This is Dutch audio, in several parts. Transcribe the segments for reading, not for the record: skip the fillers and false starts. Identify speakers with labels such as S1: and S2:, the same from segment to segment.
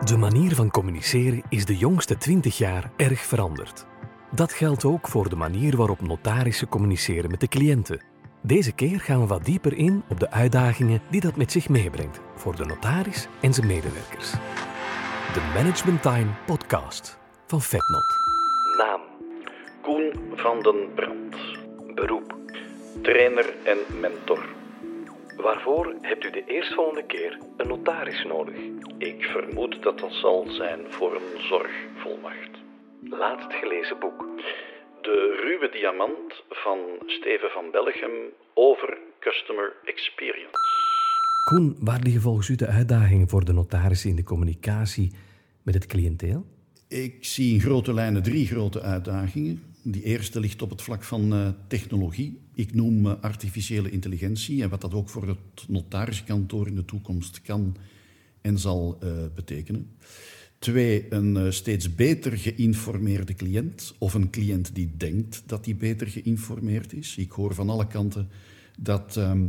S1: De manier van communiceren is de jongste 20 jaar erg veranderd. Dat geldt ook voor de manier waarop notarissen communiceren met de cliënten. Deze keer gaan we wat dieper in op de uitdagingen die dat met zich meebrengt voor de notaris en zijn medewerkers. De Management Time podcast van Vetnot.
S2: Naam: Koen van den Brand. Beroep: trainer en mentor. Waarvoor hebt u de eerstvolgende keer een notaris nodig? Ik vermoed dat dat zal zijn voor een zorgvolmacht. Laatst gelezen boek: De ruwe diamant van Steven van Bellegem over Customer Experience.
S1: Koen, waar liggen volgens u de uitdagingen voor de notarissen in de communicatie met het cliënteel?
S3: Ik zie in grote lijnen 3 grote uitdagingen. Die eerste ligt op het vlak van technologie. Ik noem artificiële intelligentie en wat dat ook voor het notariskantoor in de toekomst kan en zal betekenen. 2, een steeds beter geïnformeerde cliënt of een cliënt die denkt dat hij beter geïnformeerd is. Ik hoor van alle kanten dat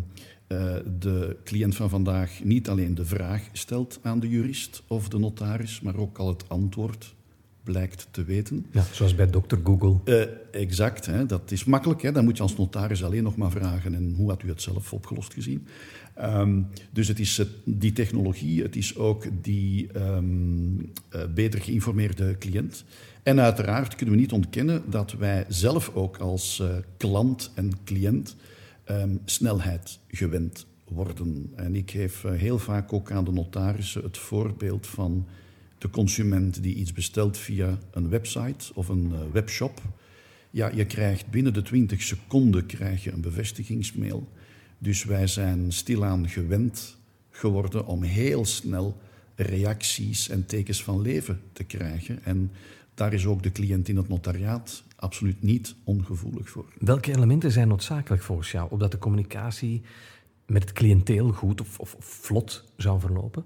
S3: de cliënt van vandaag niet alleen de vraag stelt aan de jurist of de notaris, maar ook al het antwoord blijkt te weten.
S1: Ja, zoals bij Dr. Google.
S3: Exact, hè, dat is makkelijk. Hè, dan moet je als notaris alleen nog maar vragen en hoe had u het zelf opgelost gezien. Dus het is die technologie, het is ook die beter geïnformeerde cliënt. En uiteraard kunnen we niet ontkennen dat wij zelf ook als klant en cliënt snelheid gewend worden. En ik geef heel vaak ook aan de notarissen het voorbeeld van de consument die iets bestelt via een website of een webshop. Ja, je krijgt binnen de 20 seconden een bevestigingsmail. Dus wij zijn stilaan gewend geworden om heel snel reacties en tekens van leven te krijgen. En daar is ook de cliënt in het notariaat absoluut niet ongevoelig voor.
S1: Welke elementen zijn noodzakelijk volgens jou, opdat de communicatie met het cliënteel goed of vlot zou verlopen?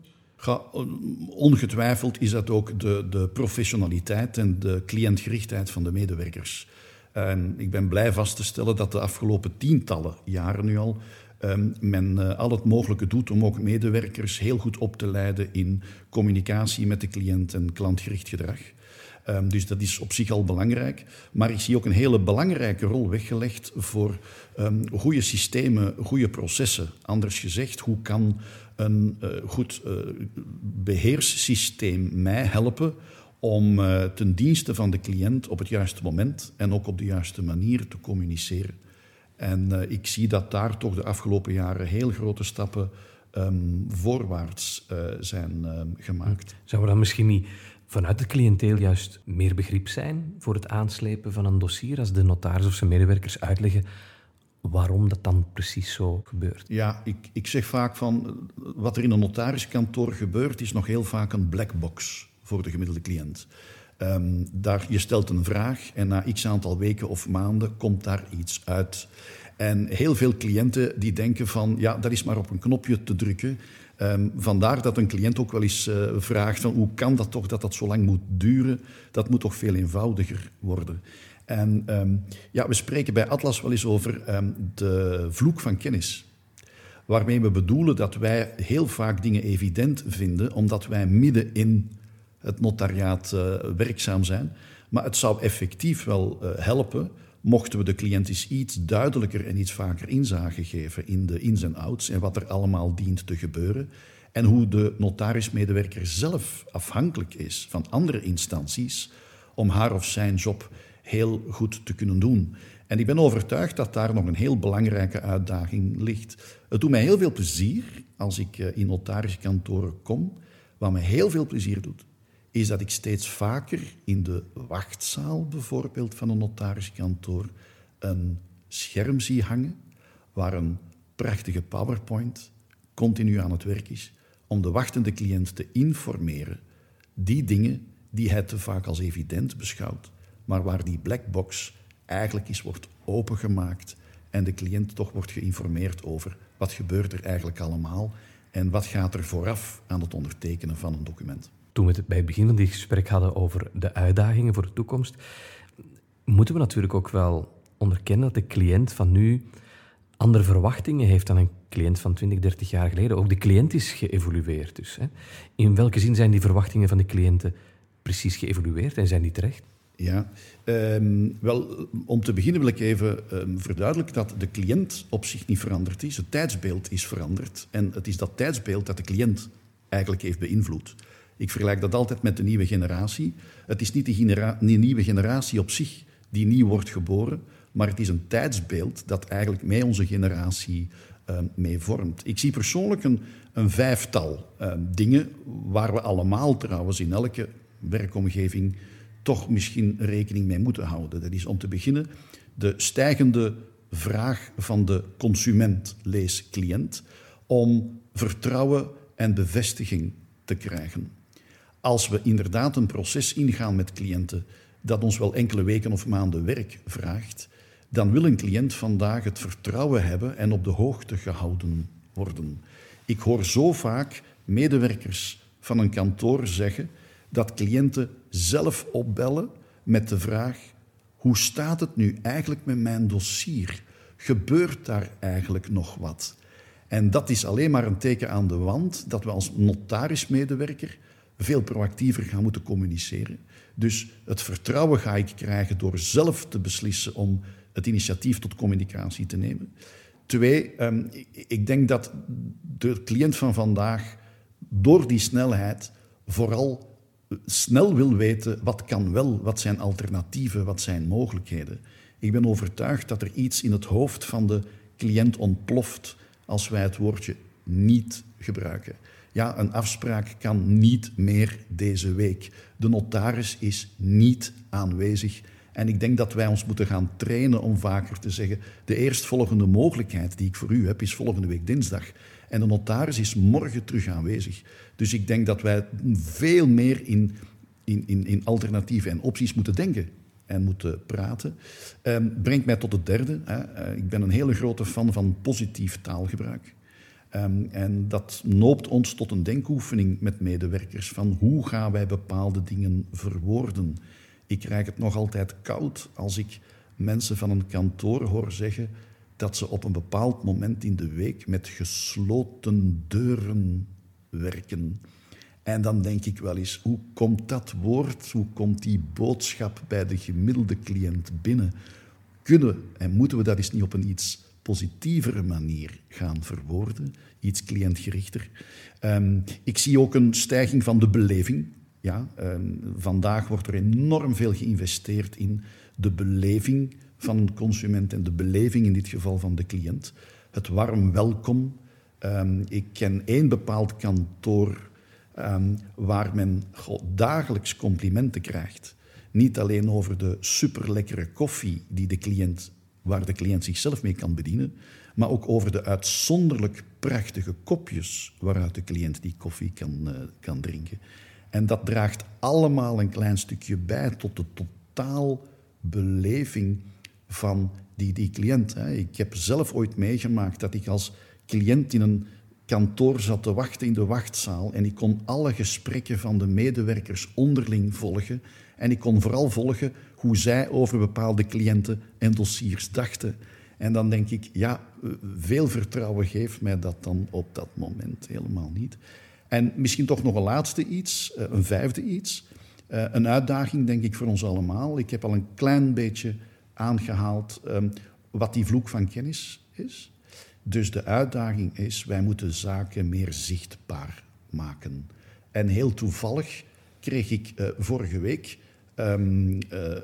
S3: Ongetwijfeld is dat ook de professionaliteit en de cliëntgerichtheid van de medewerkers. En ik ben blij vast te stellen dat de afgelopen tientallen jaren nu al men al het mogelijke doet om ook medewerkers heel goed op te leiden in communicatie met de cliënt en klantgericht gedrag. Dus dat is op zich al belangrijk. Maar ik zie ook een hele belangrijke rol weggelegd voor goede systemen, goede processen. Anders gezegd, hoe kan een goed beheerssysteem mij helpen om ten dienste van de cliënt op het juiste moment en ook op de juiste manier te communiceren. En ik zie dat daar toch de afgelopen jaren heel grote stappen voorwaarts zijn gemaakt.
S1: Zou er dan misschien niet vanuit het cliënteel juist meer begrip zijn voor het aanslepen van een dossier als de notaris of zijn medewerkers uitleggen waarom dat dan precies zo gebeurt?
S3: Ja, ik zeg vaak van wat er in een notariskantoor gebeurt is nog heel vaak een black box voor de gemiddelde cliënt. Je stelt een vraag en na x aantal weken of maanden komt daar iets uit. En heel veel cliënten die denken van ja, dat is maar op een knopje te drukken. Vandaar dat een cliënt ook wel eens vraagt van hoe kan dat toch dat dat zo lang moet duren? Dat moet toch veel eenvoudiger worden. En we spreken bij Atlas wel eens over de vloek van kennis. Waarmee we bedoelen dat wij heel vaak dingen evident vinden, omdat wij midden in het notariaat werkzaam zijn. Maar het zou effectief wel helpen mochten we de cliënt eens iets duidelijker en iets vaker inzage geven in de ins en outs en wat er allemaal dient te gebeuren. En hoe de notarismedewerker zelf afhankelijk is van andere instanties om haar of zijn job heel goed te kunnen doen. En ik ben overtuigd dat daar nog een heel belangrijke uitdaging ligt. Het doet mij heel veel plezier als ik in notariskantoren kom. Wat me heel veel plezier doet, is dat ik steeds vaker in de wachtzaal bijvoorbeeld van een notariskantoor een scherm zie hangen waar een prachtige PowerPoint continu aan het werk is om de wachtende cliënt te informeren. Die dingen die hij te vaak als evident beschouwt, maar waar die blackbox eigenlijk eens wordt opengemaakt en de cliënt toch wordt geïnformeerd over wat gebeurt er eigenlijk allemaal en wat gaat er vooraf aan het ondertekenen van een document.
S1: Toen we het bij het begin van dit gesprek hadden over de uitdagingen voor de toekomst, moeten we natuurlijk ook wel onderkennen dat de cliënt van nu andere verwachtingen heeft dan een cliënt van 20, 30 jaar geleden. Ook de cliënt is geëvolueerd dus. Hè. In welke zin zijn die verwachtingen van de cliënten precies geëvolueerd en zijn die terecht?
S3: Ja, wel, om te beginnen wil ik even verduidelijken dat de cliënt op zich niet veranderd is. Het tijdsbeeld is veranderd en het is dat tijdsbeeld dat de cliënt eigenlijk heeft beïnvloed. Ik vergelijk dat altijd met de nieuwe generatie. Het is niet de nieuwe generatie op zich die nieuw wordt geboren, maar het is een tijdsbeeld dat eigenlijk mee onze generatie mee vormt. Ik zie persoonlijk een vijftal dingen waar we allemaal trouwens in elke werkomgeving toch misschien rekening mee moeten houden. Dat is om te beginnen de stijgende vraag van de consument, lees cliënt, om vertrouwen en bevestiging te krijgen. Als we inderdaad een proces ingaan met cliënten dat ons wel enkele weken of maanden werk vraagt, dan wil een cliënt vandaag het vertrouwen hebben en op de hoogte gehouden worden. Ik hoor zo vaak medewerkers van een kantoor zeggen dat cliënten zelf opbellen met de vraag: hoe staat het nu eigenlijk met mijn dossier? Gebeurt daar eigenlijk nog wat? En dat is alleen maar een teken aan de wand dat we als notarismedewerker veel proactiever gaan moeten communiceren. Dus het vertrouwen ga ik krijgen door zelf te beslissen om het initiatief tot communicatie te nemen. 2, ik denk dat de cliënt van vandaag door die snelheid vooral snel wil weten wat kan wel, wat zijn alternatieven, wat zijn mogelijkheden. Ik ben overtuigd dat er iets in het hoofd van de cliënt ontploft als wij het woordje niet gebruiken. Ja, een afspraak kan niet meer deze week. De notaris is niet aanwezig. En ik denk dat wij ons moeten gaan trainen om vaker te zeggen: de eerstvolgende mogelijkheid die ik voor u heb, is volgende week dinsdag. En de notaris is morgen terug aanwezig. Dus ik denk dat wij veel meer in alternatieven en opties moeten denken en moeten praten. Brengt mij tot het derde. Ik ben een hele grote fan van positief taalgebruik. En dat noopt ons tot een denkoefening met medewerkers van hoe gaan wij bepaalde dingen verwoorden. Ik krijg het nog altijd koud als ik mensen van een kantoor hoor zeggen dat ze op een bepaald moment in de week met gesloten deuren werken. En dan denk ik wel eens, hoe komt dat woord, hoe komt die boodschap bij de gemiddelde cliënt binnen? Kunnen en moeten we dat eens niet op een iets positievere manier gaan verwoorden, iets cliëntgerichter? Ik zie ook een stijging van de beleving. Ja, vandaag wordt er enorm veel geïnvesteerd in de beleving van een consument en de beleving in dit geval van de cliënt. Het warm welkom. Ik ken één bepaald kantoor waar men dagelijks complimenten krijgt. Niet alleen over de superlekkere koffie waar de cliënt zichzelf mee kan bedienen, maar ook over de uitzonderlijk prachtige kopjes waaruit de cliënt die koffie kan drinken. En dat draagt allemaal een klein stukje bij tot de totaalbeleving van die cliënt. Ik heb zelf ooit meegemaakt dat ik als cliënt in een kantoor zat te wachten in de wachtzaal en ik kon alle gesprekken van de medewerkers onderling volgen en ik kon vooral volgen hoe zij over bepaalde cliënten en dossiers dachten. En dan denk ik, ja, veel vertrouwen geeft mij dat dan op dat moment helemaal niet. En misschien toch nog een laatste iets, een vijfde iets. Een uitdaging, denk ik, voor ons allemaal. Ik heb al een klein beetje aangehaald wat die vloek van kennis is. Dus de uitdaging is, wij moeten zaken meer zichtbaar maken. En heel toevallig kreeg ik vorige week een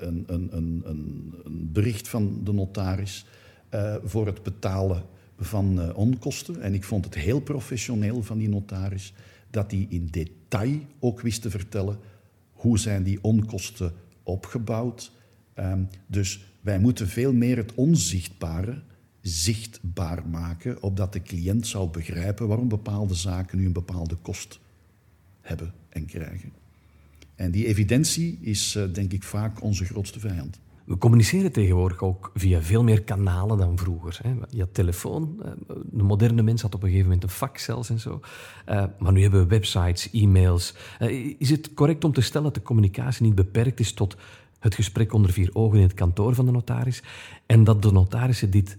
S3: bericht van de notaris voor het betalen van onkosten. En ik vond het heel professioneel van die notaris dat hij in detail ook wist te vertellen hoe zijn die onkosten opgebouwd. Dus wij moeten veel meer het onzichtbare zichtbaar maken, opdat de cliënt zou begrijpen waarom bepaalde zaken nu een bepaalde kost hebben en krijgen. En die evidentie is, denk ik, vaak onze grootste vijand.
S1: We communiceren tegenwoordig ook via veel meer kanalen dan vroeger. Je had telefoon, de moderne mens had op een gegeven moment een fax zelfs en zo. Maar nu hebben we websites, e-mails. Is het correct om te stellen dat de communicatie niet beperkt is tot het gesprek onder vier ogen in het kantoor van de notaris en dat de notarissen dit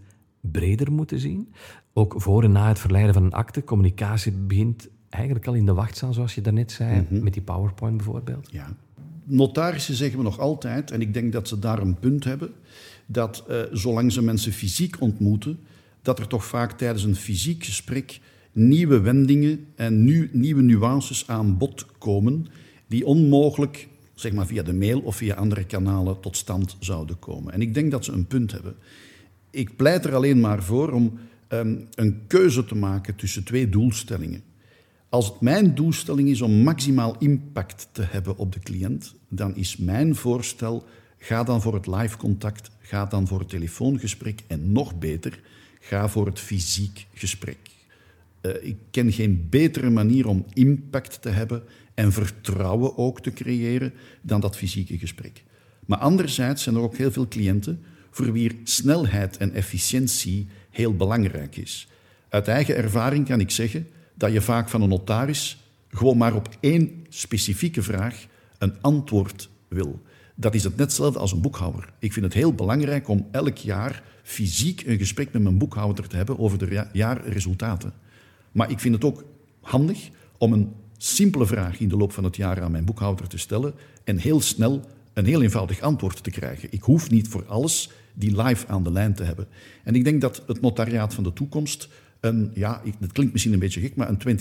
S1: breder moeten zien. Ook voor en na het verlijden van een akte. Communicatie begint eigenlijk al in de wachtzaal, zoals je daarnet zei, met die PowerPoint bijvoorbeeld.
S3: Ja. Notarissen zeggen we nog altijd, en ik denk dat ze daar een punt hebben, dat zolang ze mensen fysiek ontmoeten, dat er toch vaak tijdens een fysiek gesprek nieuwe wendingen en nieuwe nuances aan bod komen die onmogelijk, zeg maar via de mail of via andere kanalen, tot stand zouden komen. En ik denk dat ze een punt hebben. Ik pleit er alleen maar voor om een keuze te maken tussen twee doelstellingen. Als het mijn doelstelling is om maximaal impact te hebben op de cliënt, dan is mijn voorstel, ga dan voor het live contact, ga dan voor het telefoongesprek en nog beter, ga voor het fysiek gesprek. Ik ken geen betere manier om impact te hebben en vertrouwen ook te creëren dan dat fysieke gesprek. Maar anderzijds zijn er ook heel veel cliënten voor wie snelheid en efficiëntie heel belangrijk is. Uit eigen ervaring kan ik zeggen dat je vaak van een notaris gewoon maar op één specifieke vraag een antwoord wil. Dat is het net hetzelfde als een boekhouder. Ik vind het heel belangrijk om elk jaar fysiek een gesprek met mijn boekhouder te hebben over de jaarresultaten. Maar ik vind het ook handig om een simpele vraag in de loop van het jaar aan mijn boekhouder te stellen en heel snel een heel eenvoudig antwoord te krijgen. Ik hoef niet voor alles die live aan de lijn te hebben. En ik denk dat het notariaat van de toekomst dat klinkt misschien een beetje gek, maar een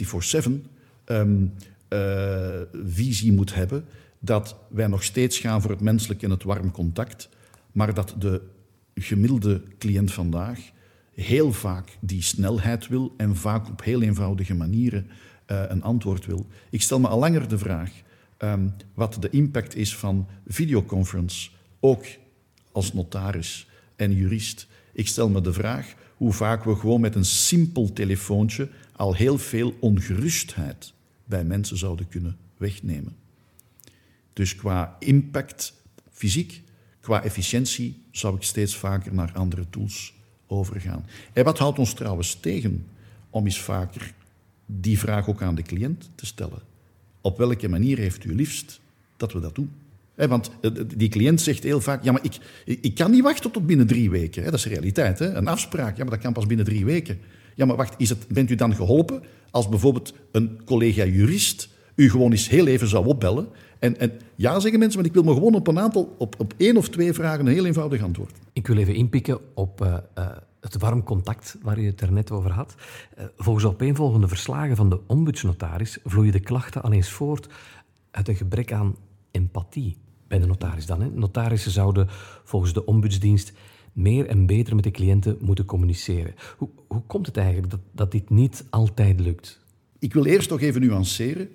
S3: 24/7 visie moet hebben, dat wij nog steeds gaan voor het menselijk en het warm contact, maar dat de gemiddelde cliënt vandaag heel vaak die snelheid wil en vaak op heel eenvoudige manieren een antwoord wil. Ik stel me al langer de vraag wat de impact is van videoconference, ook als notaris en jurist. Ik stel me de vraag hoe vaak we gewoon met een simpel telefoontje al heel veel ongerustheid bij mensen zouden kunnen wegnemen. Dus qua impact fysiek, qua efficiëntie, zou ik steeds vaker naar andere tools overgaan. En wat houdt ons trouwens tegen om eens vaker die vraag ook aan de cliënt te stellen? Op welke manier heeft u liefst dat we dat doen? Want die cliënt zegt heel vaak, ja, maar ik kan niet wachten tot binnen 3 weken. Dat is de realiteit. Een afspraak, ja, maar dat kan pas binnen 3 weken. Ja, maar wacht, bent u dan geholpen als bijvoorbeeld een collega-jurist u gewoon eens heel even zou opbellen? En ja, zeggen mensen, maar ik wil me gewoon op 1 of 2 vragen een heel eenvoudig antwoord.
S1: Ik wil even inpikken op het warm contact waar je het er net over had. Volgens opeenvolgende verslagen van de ombudsnotaris vloeien de klachten al eens voort uit een gebrek aan empathie. Bij de notaris dan. Notarissen zouden volgens de ombudsdienst meer en beter met de cliënten moeten communiceren. Hoe komt het eigenlijk dat dit niet altijd lukt?
S3: Ik wil eerst nog even nuanceren.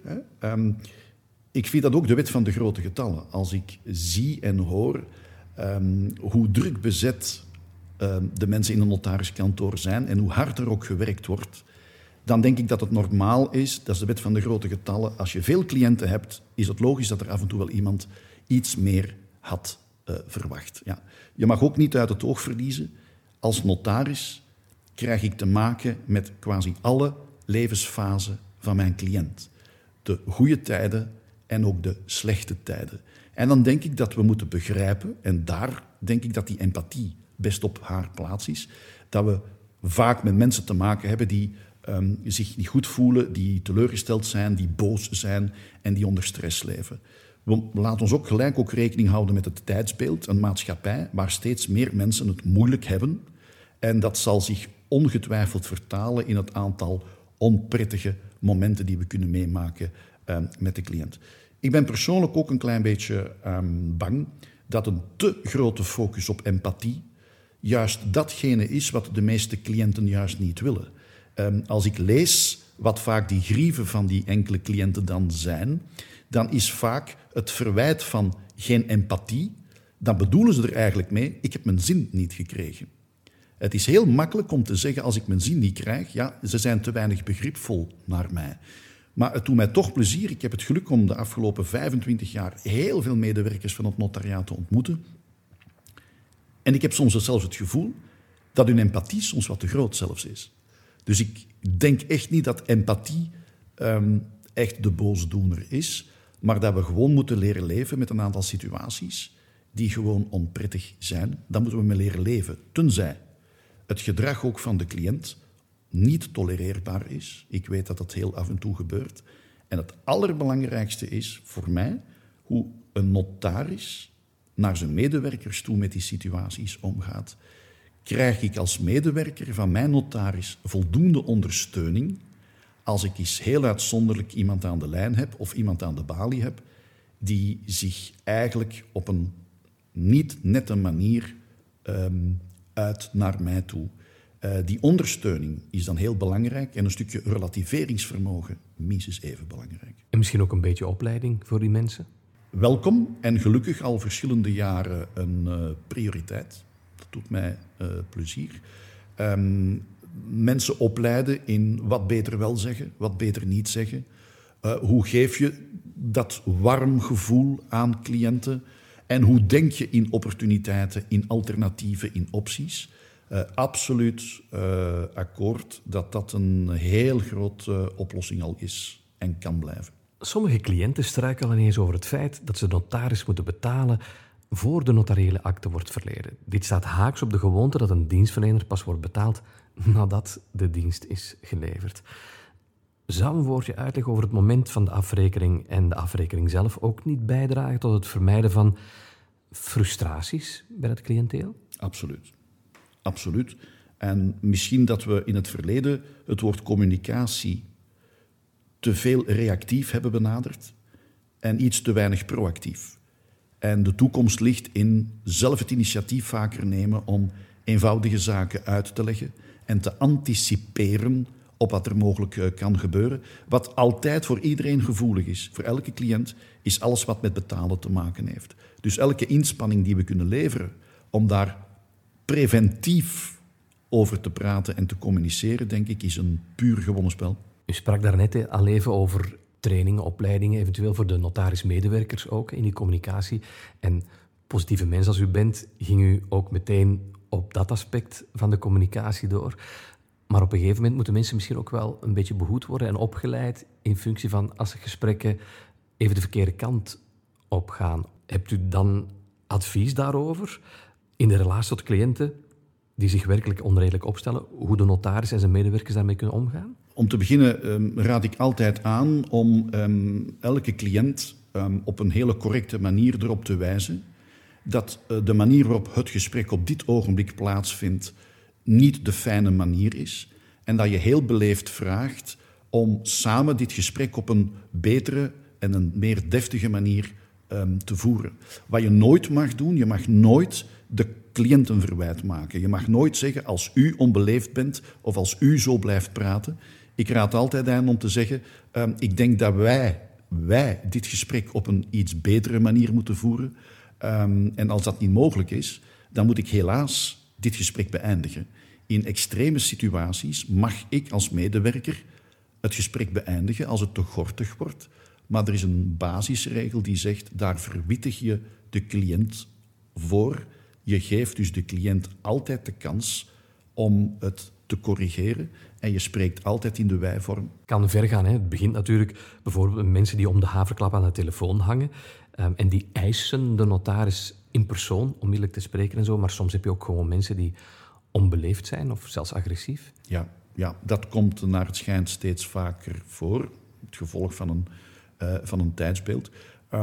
S3: Ik vind dat ook de wet van de grote getallen. Als ik zie en hoor hoe druk bezet de mensen in een notariskantoor zijn en hoe hard er ook gewerkt wordt, dan denk ik dat het normaal is, dat is de wet van de grote getallen, als je veel cliënten hebt, is het logisch dat er af en toe wel iemand iets meer had verwacht. Ja. Je mag ook niet uit het oog verliezen, als notaris krijg ik te maken met quasi alle levensfasen van mijn cliënt. De goede tijden en ook de slechte tijden. En dan denk ik dat we moeten begrijpen, en daar denk ik dat die empathie best op haar plaats is, dat we vaak met mensen te maken hebben die zich niet goed voelen, die teleurgesteld zijn, die boos zijn en die onder stress leven. We laten ons ook gelijk rekening houden met het tijdsbeeld, een maatschappij waar steeds meer mensen het moeilijk hebben. En dat zal zich ongetwijfeld vertalen in het aantal onprettige momenten die we kunnen meemaken met de cliënt. Ik ben persoonlijk ook een klein beetje bang dat een te grote focus op empathie juist datgene is wat de meeste cliënten juist niet willen. Als ik lees wat vaak die grieven van die enkele cliënten dan zijn, dan is vaak het verwijt van geen empathie, dan bedoelen ze er eigenlijk mee, ik heb mijn zin niet gekregen. Het is heel makkelijk om te zeggen, als ik mijn zin niet krijg, ja, ze zijn te weinig begripvol naar mij. Maar het doet mij toch plezier. Ik heb het geluk om de afgelopen 25 jaar heel veel medewerkers van het notariaat te ontmoeten. En ik heb soms zelfs het gevoel dat hun empathie soms wat te groot zelfs is. Dus ik denk echt niet dat empathie echt de boosdoener is, maar dat we gewoon moeten leren leven met een aantal situaties die gewoon onprettig zijn. Daar moeten we mee leren leven, tenzij het gedrag ook van de cliënt niet tolereerbaar is. Ik weet dat dat heel af en toe gebeurt. En het allerbelangrijkste is voor mij hoe een notaris naar zijn medewerkers toe met die situaties omgaat. Krijg ik als medewerker van mijn notaris voldoende ondersteuning als ik eens heel uitzonderlijk iemand aan de lijn heb of iemand aan de balie heb die zich eigenlijk op een niet nette manier uit naar mij toe. Die ondersteuning is dan heel belangrijk en een stukje relativeringsvermogen minstens even belangrijk.
S1: En misschien ook een beetje opleiding voor die mensen?
S3: Welkom en gelukkig al verschillende jaren een prioriteit. Dat doet mij plezier. Mensen opleiden in wat beter wel zeggen, wat beter niet zeggen. Hoe geef je dat warm gevoel aan cliënten? En hoe denk je in opportuniteiten, in alternatieven, in opties? Absoluut akkoord dat dat een heel grote oplossing al is en kan blijven.
S1: Sommige cliënten struikelen ineens over het feit dat ze de notaris moeten betalen voor de notariële akte wordt verleden. Dit staat haaks op de gewoonte dat een dienstverlener pas wordt betaald nadat de dienst is geleverd. Zou een woordje uitleg over het moment van de afrekening en de afrekening zelf ook niet bijdragen tot het vermijden van frustraties bij het cliënteel?
S3: Absoluut. Absoluut. En misschien dat we in het verleden het woord communicatie te veel reactief hebben benaderd en iets te weinig proactief. En de toekomst ligt in zelf het initiatief vaker nemen om eenvoudige zaken uit te leggen en te anticiperen op wat er mogelijk kan gebeuren. Wat altijd voor iedereen gevoelig is, voor elke cliënt, is alles wat met betalen te maken heeft. Dus elke inspanning die we kunnen leveren om daar preventief over te praten en te communiceren, denk ik, is een puur gewonnen spel.
S1: U sprak daarnet al even over trainingen, opleidingen, eventueel voor de notaris-medewerkers ook in die communicatie. En positieve mens als u bent, ging u ook meteen op dat aspect van de communicatie door. Maar op een gegeven moment moeten mensen misschien ook wel een beetje behoed worden en opgeleid in functie van als de gesprekken even de verkeerde kant opgaan. Hebt u dan advies daarover in de relatie tot cliënten die zich werkelijk onredelijk opstellen, hoe de notaris en zijn medewerkers daarmee kunnen omgaan?
S3: Om te beginnen raad ik altijd aan om elke cliënt op een hele correcte manier erop te wijzen dat de manier waarop het gesprek op dit ogenblik plaatsvindt niet de fijne manier is en dat je heel beleefd vraagt om samen dit gesprek op een betere en een meer deftige manier te voeren. Wat je nooit mag doen, je mag nooit de cliënt een verwijt maken. Je mag nooit zeggen als u onbeleefd bent of als u zo blijft praten. Ik raad altijd aan om te zeggen, ik denk dat wij dit gesprek op een iets betere manier moeten voeren. En als dat niet mogelijk is, dan moet ik helaas dit gesprek beëindigen. In extreme situaties mag ik als medewerker het gesprek beëindigen als het te gortig wordt. Maar er is een basisregel die zegt, daar verwittig je de cliënt voor. Je geeft dus de cliënt altijd de kans om het te corrigeren en je spreekt altijd in de wij-vorm.
S1: Kan ver gaan. Hè? Het begint natuurlijk bijvoorbeeld met mensen die om de haverklap aan de telefoon hangen en die eisen de notaris in persoon onmiddellijk te spreken en zo. Maar soms heb je ook gewoon mensen die onbeleefd zijn of zelfs agressief.
S3: Ja, dat komt naar het schijnt steeds vaker voor. Het gevolg van een tijdsbeeld.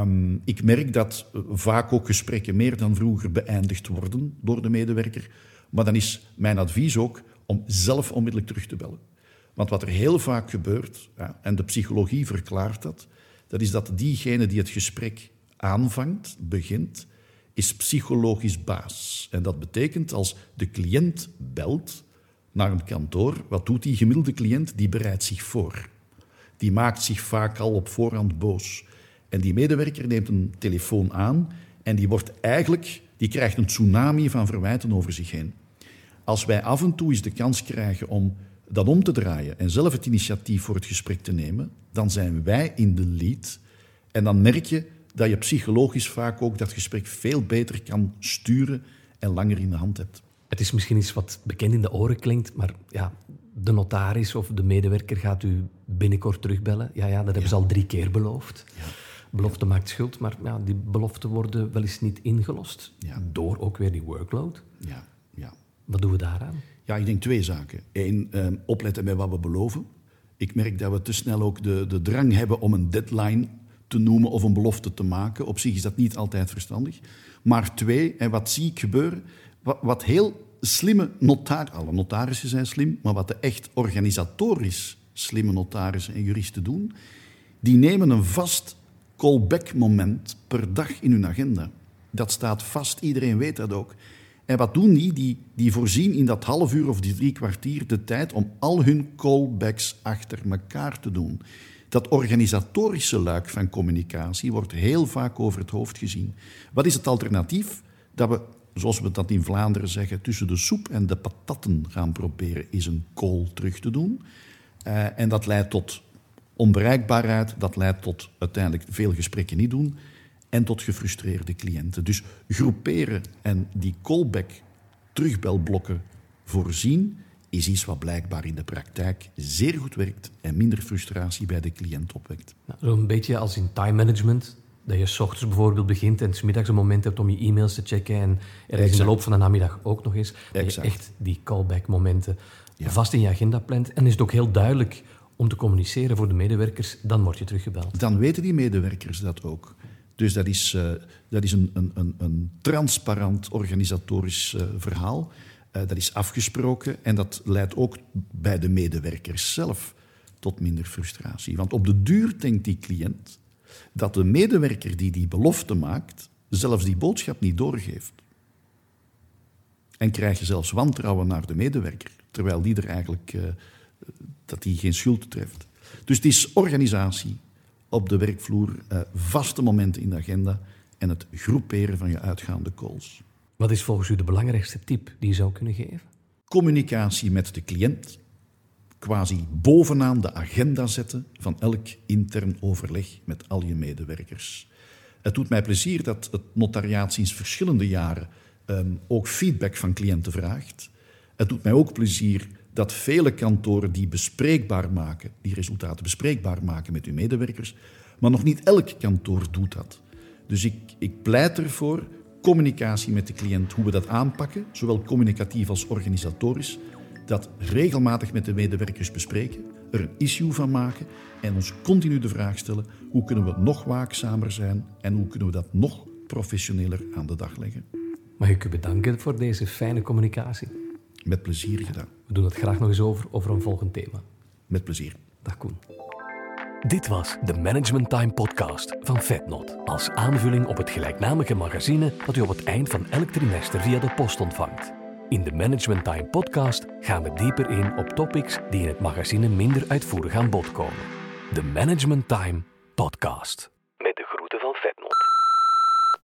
S3: Ik merk dat vaak ook gesprekken meer dan vroeger beëindigd worden door de medewerker. Maar dan is mijn advies ook om zelf onmiddellijk terug te bellen. Want wat er heel vaak gebeurt, en de psychologie verklaart dat is dat diegene die het gesprek aanvangt, begint, is psychologisch baas. En dat betekent als de cliënt belt naar een kantoor, wat doet die gemiddelde cliënt? Die bereidt zich voor. Die maakt zich vaak al op voorhand boos. En die medewerker neemt een telefoon aan en die krijgt een tsunami van verwijten over zich heen. Als wij af en toe eens de kans krijgen om dat om te draaien en zelf het initiatief voor het gesprek te nemen, dan zijn wij in de lead. En dan merk je dat je psychologisch vaak ook dat gesprek veel beter kan sturen en langer in de hand hebt.
S1: Het is misschien iets wat bekend in de oren klinkt, maar ja, de notaris of de medewerker gaat u binnenkort terugbellen. Ja, dat hebben ze al 3 keer beloofd. Ja. Belofte maakt schuld, maar ja, die beloften worden wel eens niet ingelost. Ja. Door ook weer die workload.
S3: Ja.
S1: Wat doen we daaraan?
S3: Ja, ik denk 2 zaken. 1, opletten bij wat we beloven. Ik merk dat we te snel ook de drang hebben om een deadline te noemen of een belofte te maken. Op zich is dat niet altijd verstandig. Maar 2, en wat zie ik gebeuren? Wat heel slimme alle notarissen zijn slim, maar wat de echt organisatorisch slimme notarissen en juristen doen, die nemen een vast callback moment per dag in hun agenda. Dat staat vast, iedereen weet dat ook. En wat doen die voorzien in dat half uur of die 3 kwartier de tijd om al hun callbacks achter elkaar te doen. Dat organisatorische luik van communicatie wordt heel vaak over het hoofd gezien. Wat is het alternatief? Dat we, zoals we dat in Vlaanderen zeggen, tussen de soep en de patatten gaan proberen is een call terug te doen. En dat leidt tot onbereikbaarheid, dat leidt tot uiteindelijk veel gesprekken niet doen en tot gefrustreerde cliënten. Dus groeperen en die callback terugbelblokken voorzien is iets wat blijkbaar in de praktijk zeer goed werkt en minder frustratie bij de cliënt opwekt.
S1: Nou, zo'n beetje als in time management, dat je 's ochtends bijvoorbeeld begint en 's middags een moment hebt om je e-mails te checken en ergens in de loop van de namiddag ook nog eens. Dat je echt die callback momenten vast in je agenda plant. En is het ook heel duidelijk om te communiceren voor de medewerkers, dan word je teruggebeld.
S3: Dan weten die medewerkers dat ook. Dus dat is een transparant organisatorisch verhaal. Dat is afgesproken en dat leidt ook bij de medewerkers zelf tot minder frustratie. Want op de duur denkt die cliënt dat de medewerker die belofte maakt, zelfs die boodschap niet doorgeeft. En krijg je zelfs wantrouwen naar de medewerker, terwijl die er eigenlijk dat die geen schuld treft. Dus het is organisatie op de werkvloer, vaste momenten in de agenda en het groeperen van je uitgaande calls.
S1: Wat is volgens u de belangrijkste tip die je zou kunnen geven?
S3: Communicatie met de cliënt, quasi bovenaan de agenda zetten van elk intern overleg met al je medewerkers. Het doet mij plezier dat het notariaat sinds verschillende jaren ook feedback van cliënten vraagt. Het doet mij ook plezier dat vele kantoren die resultaten bespreekbaar maken met hun medewerkers, maar nog niet elk kantoor doet dat. Dus ik pleit ervoor, communicatie met de cliënt, hoe we dat aanpakken, zowel communicatief als organisatorisch, dat regelmatig met de medewerkers bespreken, er een issue van maken en ons continu de vraag stellen, hoe kunnen we nog waakzamer zijn en hoe kunnen we dat nog professioneler aan de dag leggen.
S1: Mag ik u bedanken voor deze fijne communicatie?
S3: Met plezier gedaan.
S1: We doen het graag nog eens over een volgend thema.
S3: Met plezier.
S1: Dag Koen.
S2: Dit was de Management Time podcast van Vetnot. Als aanvulling op het gelijknamige magazine dat u op het eind van elk trimester via de post ontvangt. In de Management Time podcast gaan we dieper in op topics die in het magazine minder uitvoerig aan bod komen. De Management Time podcast. Met de groeten van Vetnot.